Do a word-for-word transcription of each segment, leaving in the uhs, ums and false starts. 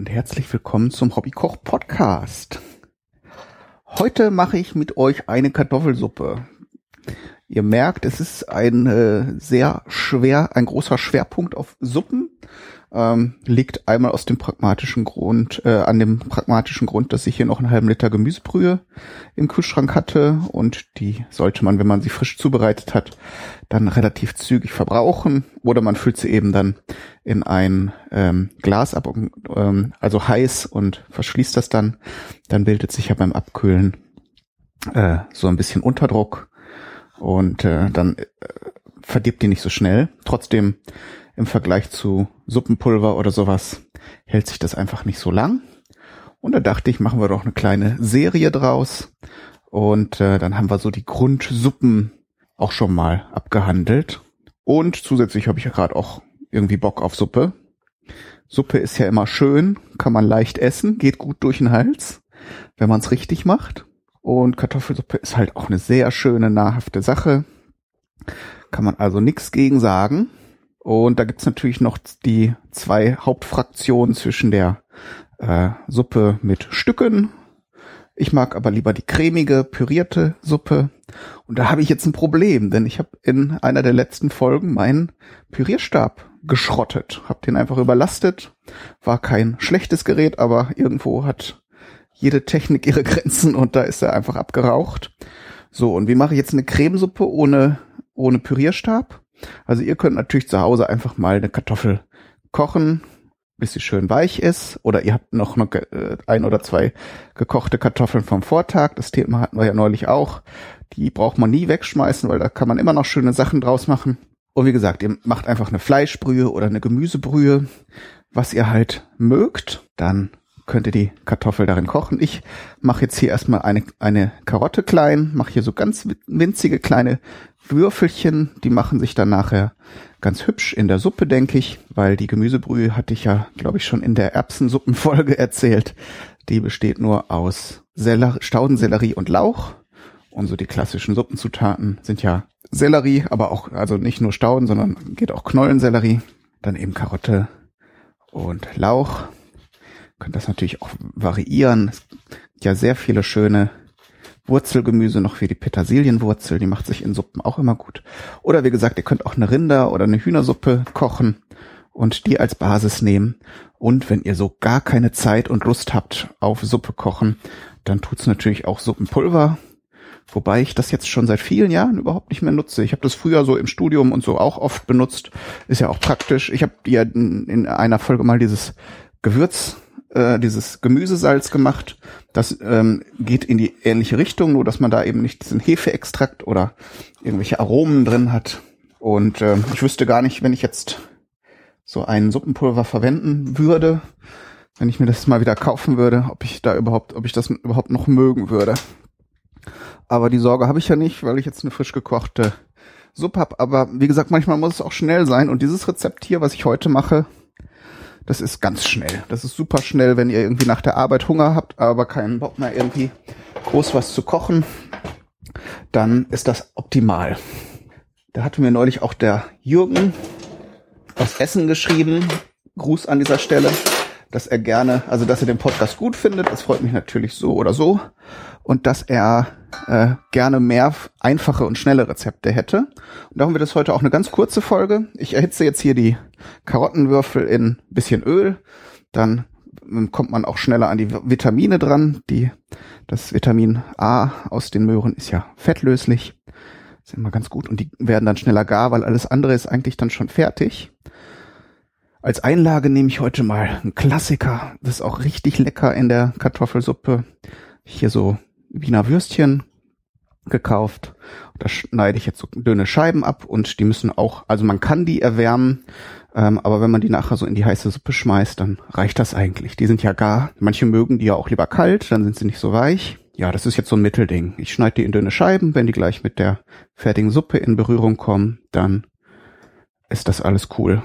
und herzlich willkommen zum Hobbykoch-Podcast. Heute mache ich mit euch eine Kartoffelsuppe. Ihr merkt, es ist ein äh, sehr schwer, ein großer Schwerpunkt auf Suppen. Ähm, liegt einmal aus dem pragmatischen Grund, äh, an dem pragmatischen Grund, dass ich hier noch einen halben Liter Gemüsebrühe im Kühlschrank hatte und die sollte man, wenn man sie frisch zubereitet hat, dann relativ zügig verbrauchen oder man füllt sie eben dann in ein ähm, Glas ab, ähm, also heiß und verschließt das dann. Dann bildet sich ja beim Abkühlen äh, so ein bisschen Unterdruck und äh, dann äh, verdirbt die nicht so schnell. Trotzdem im Vergleich zu Suppenpulver oder sowas hält sich das einfach nicht so lang. Und da dachte ich, machen wir doch eine kleine Serie draus. Und äh, dann haben wir so die Grundsuppen auch schon mal abgehandelt. Und zusätzlich habe ich ja gerade auch irgendwie Bock auf Suppe. Suppe ist ja immer schön, kann man leicht essen, geht gut durch den Hals, wenn man es richtig macht. Und Kartoffelsuppe ist halt auch eine sehr schöne, nahrhafte Sache. Kann man also nichts gegen sagen. Und da gibt's natürlich noch die zwei Hauptfraktionen zwischen der äh, Suppe mit Stücken. Ich mag aber lieber die cremige, pürierte Suppe. Und da habe ich jetzt ein Problem, denn ich habe in einer der letzten Folgen meinen Pürierstab geschrottet. Habe den einfach überlastet. War kein schlechtes Gerät, aber irgendwo hat jede Technik ihre Grenzen und da ist er einfach abgeraucht. So, und wie mache ich jetzt eine Cremesuppe ohne, ohne Pürierstab? Also ihr könnt natürlich zu Hause einfach mal eine Kartoffel kochen, bis sie schön weich ist. Oder ihr habt noch eine, ein oder zwei gekochte Kartoffeln vom Vortag. Das Thema hatten wir ja neulich auch. Die braucht man nie wegschmeißen, weil da kann man immer noch schöne Sachen draus machen. Und wie gesagt, ihr macht einfach eine Fleischbrühe oder eine Gemüsebrühe, was ihr halt mögt. Dann könnt ihr die Kartoffel darin kochen. Ich mache jetzt hier erstmal eine, eine Karotte klein, mache hier so ganz winzige kleine Würfelchen, die machen sich dann nachher ganz hübsch in der Suppe, denke ich, weil die Gemüsebrühe hatte ich ja, glaube ich, schon in der Erbsensuppenfolge erzählt. Die besteht nur aus Sellerie, Staudensellerie und Lauch. Und so die klassischen Suppenzutaten sind ja Sellerie, aber auch, also nicht nur Stauden, sondern geht auch Knollensellerie. Dann eben Karotte und Lauch. Könnt das natürlich auch variieren. Es gibt ja sehr viele schöne Wurzelgemüse noch wie die Petersilienwurzel, die macht sich in Suppen auch immer gut. Oder wie gesagt, ihr könnt auch eine Rinder- oder eine Hühnersuppe kochen und die als Basis nehmen. Und wenn ihr so gar keine Zeit und Lust habt auf Suppe kochen, dann tut's natürlich auch Suppenpulver. Wobei ich das jetzt schon seit vielen Jahren überhaupt nicht mehr nutze. Ich habe das früher so im Studium und so auch oft benutzt. Ist ja auch praktisch. Ich habe ja in einer Folge mal dieses Gewürz Äh, dieses Gemüsesalz gemacht. Das ähm, geht in die ähnliche Richtung, nur dass man da eben nicht diesen Hefeextrakt oder irgendwelche Aromen drin hat. Und äh, ich wüsste gar nicht, wenn ich jetzt so ein Suppenpulver verwenden würde, wenn ich mir das mal wieder kaufen würde, ob ich da überhaupt, ob ich das überhaupt noch mögen würde. Aber die Sorge habe ich ja nicht, weil ich jetzt eine frisch gekochte Suppe habe. Aber wie gesagt, manchmal muss es auch schnell sein. Und dieses Rezept hier, was ich heute mache, das ist ganz schnell. Das ist super schnell, wenn ihr irgendwie nach der Arbeit Hunger habt, aber keinen Bock mehr irgendwie groß was zu kochen, dann ist das optimal. Da hatte mir neulich auch der Jürgen aus Essen geschrieben, Gruß an dieser Stelle, dass er gerne, also dass er den Podcast gut findet, das freut mich natürlich so oder so, und dass er äh, gerne mehr einfache und schnelle Rezepte hätte. Und darum wird es heute auch eine ganz kurze Folge. Ich erhitze jetzt hier die Karottenwürfel in ein bisschen Öl, dann kommt man auch schneller an die Vitamine dran. Die, das Vitamin A aus den Möhren ist ja fettlöslich, ist immer ganz gut, und die werden dann schneller gar, weil alles andere ist eigentlich dann schon fertig. Als Einlage nehme ich heute mal einen Klassiker, das ist auch richtig lecker in der Kartoffelsuppe. Hier so Wiener Würstchen gekauft. Da schneide ich jetzt so dünne Scheiben ab und die müssen auch, also man kann die erwärmen, ähm, aber wenn man die nachher so in die heiße Suppe schmeißt, dann reicht das eigentlich. Die sind ja gar, manche mögen die ja auch lieber kalt, dann sind sie nicht so weich. Ja, das ist jetzt so ein Mittelding. Ich schneide die in dünne Scheiben, wenn die gleich mit der fertigen Suppe in Berührung kommen, dann ist das alles cool.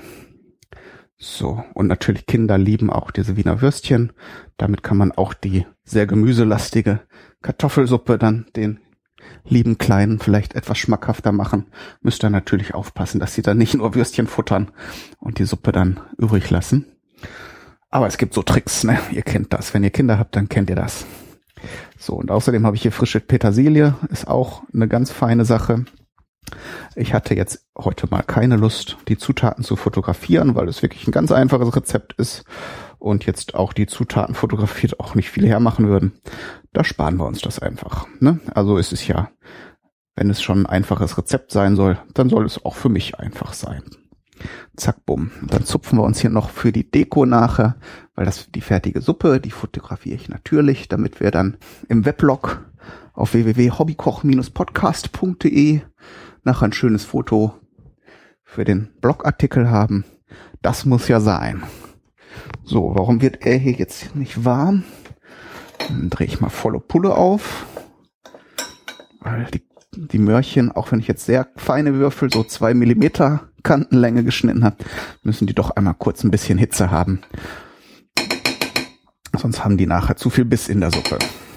So, und natürlich Kinder lieben auch diese Wiener Würstchen. Damit kann man auch die sehr gemüselastige Kartoffelsuppe dann den lieben Kleinen vielleicht etwas schmackhafter machen. Müsst ihr natürlich aufpassen, dass sie dann nicht nur Würstchen futtern und die Suppe dann übrig lassen. Aber es gibt so Tricks, ne? Ihr kennt das. Wenn ihr Kinder habt, dann kennt ihr das. So, und außerdem habe ich hier frische Petersilie. Ist auch eine ganz feine Sache. Ich hatte jetzt heute mal keine Lust, die Zutaten zu fotografieren, weil es wirklich ein ganz einfaches Rezept ist und jetzt auch die Zutaten fotografiert auch nicht viel hermachen würden. Da sparen wir uns das einfach, ne? Also es ist ja, wenn es schon ein einfaches Rezept sein soll, dann soll es auch für mich einfach sein. Zack, bumm. Dann zupfen wir uns hier noch für die Deko nachher, weil das die fertige Suppe, die fotografiere ich natürlich, damit wir dann im Weblog auf w w w punkt hobbykoch Bindestrich podcast punkt d e nachher ein schönes Foto für den Blogartikel haben. Das muss ja sein. So, warum wird er hier jetzt nicht warm? Dann drehe ich mal volle Pulle auf. Weil die, die Möhrchen, auch wenn ich jetzt sehr feine Würfel, so zwei Millimeter Kantenlänge geschnitten habe, müssen die doch einmal kurz ein bisschen Hitze haben. Sonst haben die nachher zu viel Biss in der Suppe.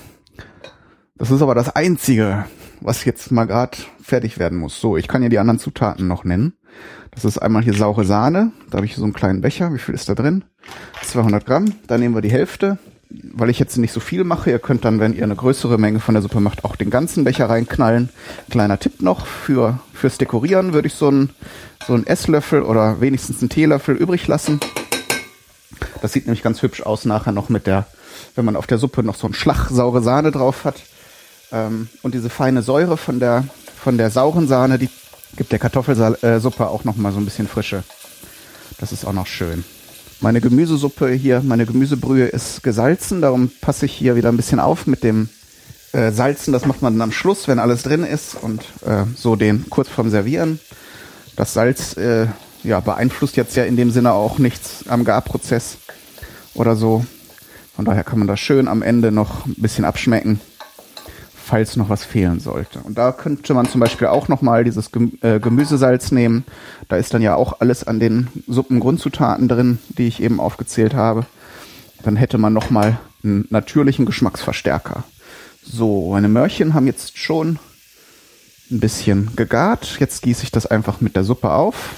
Das ist aber das Einzige, was jetzt mal gerade fertig werden muss. So, ich kann ja die anderen Zutaten noch nennen. Das ist einmal hier saure Sahne. Da habe ich so einen kleinen Becher. Wie viel ist da drin? zweihundert Gramm. Da nehmen wir die Hälfte. Weil ich jetzt nicht so viel mache, ihr könnt dann, wenn ihr eine größere Menge von der Suppe macht, auch den ganzen Becher reinknallen. Kleiner Tipp noch, für fürs Dekorieren würde ich so einen, so einen Esslöffel oder wenigstens einen Teelöffel übrig lassen. Das sieht nämlich ganz hübsch aus nachher noch mit der, wenn man auf der Suppe noch so einen Schlag saure Sahne drauf hat. Ähm, und diese feine Säure von der, von der sauren Sahne, die gibt der Kartoffelsuppe auch noch mal so ein bisschen Frische. Das ist auch noch schön. Meine Gemüsesuppe hier, meine Gemüsebrühe ist gesalzen, darum passe ich hier wieder ein bisschen auf mit dem äh, Salzen. Das macht man dann am Schluss, wenn alles drin ist und äh, so den kurz vorm Servieren. Das Salz äh, ja, beeinflusst jetzt ja in dem Sinne auch nichts am Garprozess oder so. Von daher kann man das schön am Ende noch ein bisschen abschmecken, falls noch was fehlen sollte. Und da könnte man zum Beispiel auch nochmal dieses Gem- äh, Gemüsesalz nehmen. Da ist dann ja auch alles an den Suppengrundzutaten drin, die ich eben aufgezählt habe. Dann hätte man nochmal einen natürlichen Geschmacksverstärker. So, meine Möhrchen haben jetzt schon ein bisschen gegart. Jetzt gieße ich das einfach mit der Suppe auf.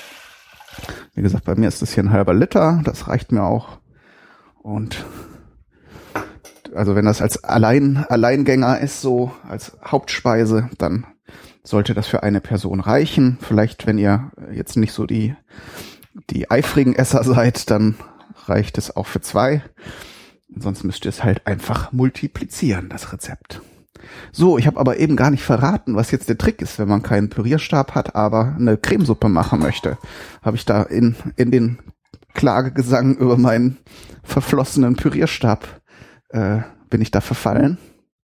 Wie gesagt, bei mir ist das hier ein halber Liter. Das reicht mir auch. Und also wenn das als Allein, Alleingänger ist, so als Hauptspeise, dann sollte das für eine Person reichen. Vielleicht, wenn ihr jetzt nicht so die, die eifrigen Esser seid, dann reicht es auch für zwei. Sonst müsst ihr es halt einfach multiplizieren, das Rezept. So, ich habe aber eben gar nicht verraten, was jetzt der Trick ist, wenn man keinen Pürierstab hat, aber eine Cremesuppe machen möchte. Habe ich da in, in den Klagegesang über meinen verflossenen Pürierstab Äh, bin ich da verfallen.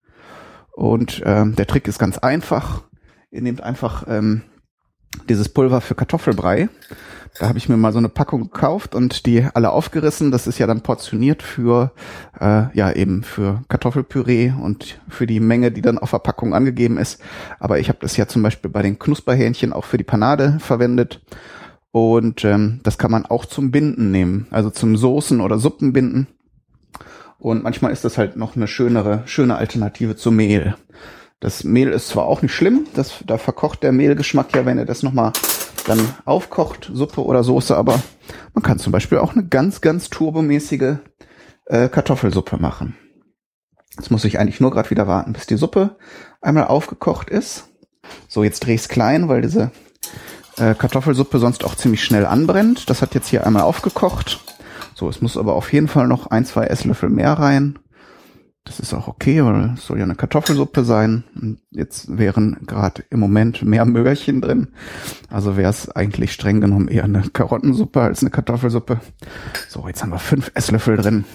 Und ähm, der Trick ist ganz einfach. Ihr nehmt einfach ähm, dieses Pulver für Kartoffelbrei. Da habe ich mir mal so eine Packung gekauft und die alle aufgerissen. Das ist ja dann portioniert für äh, ja eben für Kartoffelpüree und für die Menge, die dann auf der Packung angegeben ist. Aber ich habe das ja zum Beispiel bei den Knusperhähnchen auch für die Panade verwendet. Und ähm, das kann man auch zum Binden nehmen, also zum Soßen oder Suppenbinden. Und manchmal ist das halt noch eine schönere, schöne Alternative zu Mehl. Das Mehl ist zwar auch nicht schlimm, das, da verkocht der Mehlgeschmack ja, wenn ihr das nochmal dann aufkocht, Suppe oder Soße, aber man kann zum Beispiel auch eine ganz, ganz turbomäßige äh, Kartoffelsuppe machen. Jetzt muss ich eigentlich nur gerade wieder warten, bis die Suppe einmal aufgekocht ist. So, jetzt drehe ich es klein, weil diese äh, Kartoffelsuppe sonst auch ziemlich schnell anbrennt. Das hat jetzt hier einmal aufgekocht. So, es muss aber auf jeden Fall noch ein, zwei Esslöffel mehr rein. Das ist auch okay, weil es soll ja eine Kartoffelsuppe sein. Und jetzt wären gerade im Moment mehr Möhrchen drin. Also wäre es eigentlich streng genommen eher eine Karottensuppe als eine Kartoffelsuppe. So, jetzt haben wir fünf Esslöffel drin.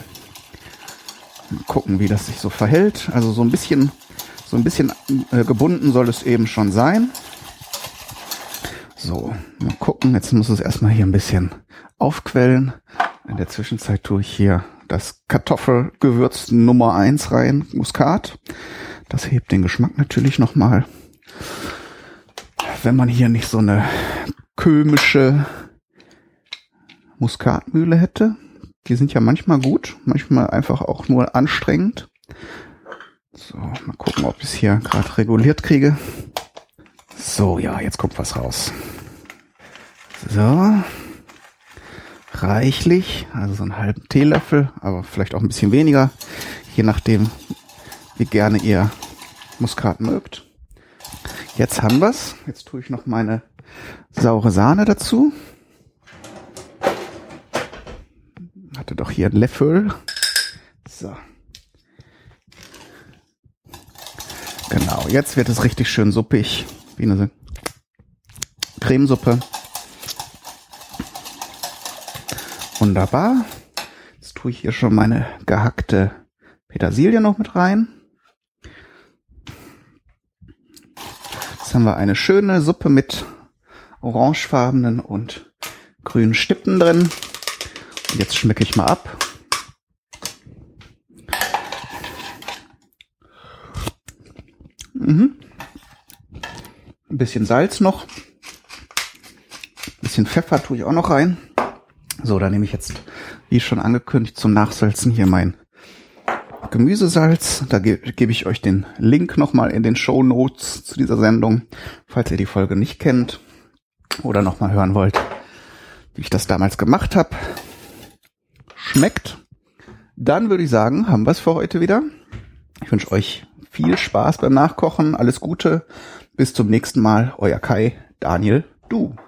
Mal gucken, wie das sich so verhält. Also so ein bisschen, so ein bisschen äh, gebunden soll es eben schon sein. So, mal gucken. Jetzt muss es erstmal hier ein bisschen aufquellen. In der Zwischenzeit tue ich hier das Kartoffelgewürz Nummer eins rein, Muskat. Das hebt den Geschmack natürlich nochmal. Wenn man hier nicht so eine komische Muskatmühle hätte, die sind ja manchmal gut, manchmal einfach auch nur anstrengend. So, mal gucken, ob ich es hier gerade reguliert kriege. So, ja, jetzt kommt was raus. So. reichlich, also so einen halben Teelöffel, aber vielleicht auch ein bisschen weniger, je nachdem, wie gerne ihr Muskat mögt. Jetzt haben wir's. Jetzt tue ich noch meine saure Sahne dazu. Hatte doch hier einen Löffel. So. Genau, jetzt wird es richtig schön suppig, wie eine Cremesuppe. Wunderbar. Jetzt tue ich hier schon meine gehackte Petersilie noch mit rein. Jetzt haben wir eine schöne Suppe mit orangefarbenen und grünen Stippen drin. Und jetzt schmecke ich mal ab. Mhm. Ein bisschen Salz noch. Ein bisschen Pfeffer tue ich auch noch rein. So, da nehme ich jetzt, wie schon angekündigt, zum Nachsalzen hier mein Gemüsesalz. Da ge- gebe ich euch den Link nochmal in den Shownotes zu dieser Sendung, falls ihr die Folge nicht kennt oder nochmal hören wollt, wie ich das damals gemacht habe. Schmeckt. Dann würde ich sagen, haben wir es für heute wieder. Ich wünsche euch viel Spaß beim Nachkochen. Alles Gute. Bis zum nächsten Mal. Euer Kai, Daniel, du.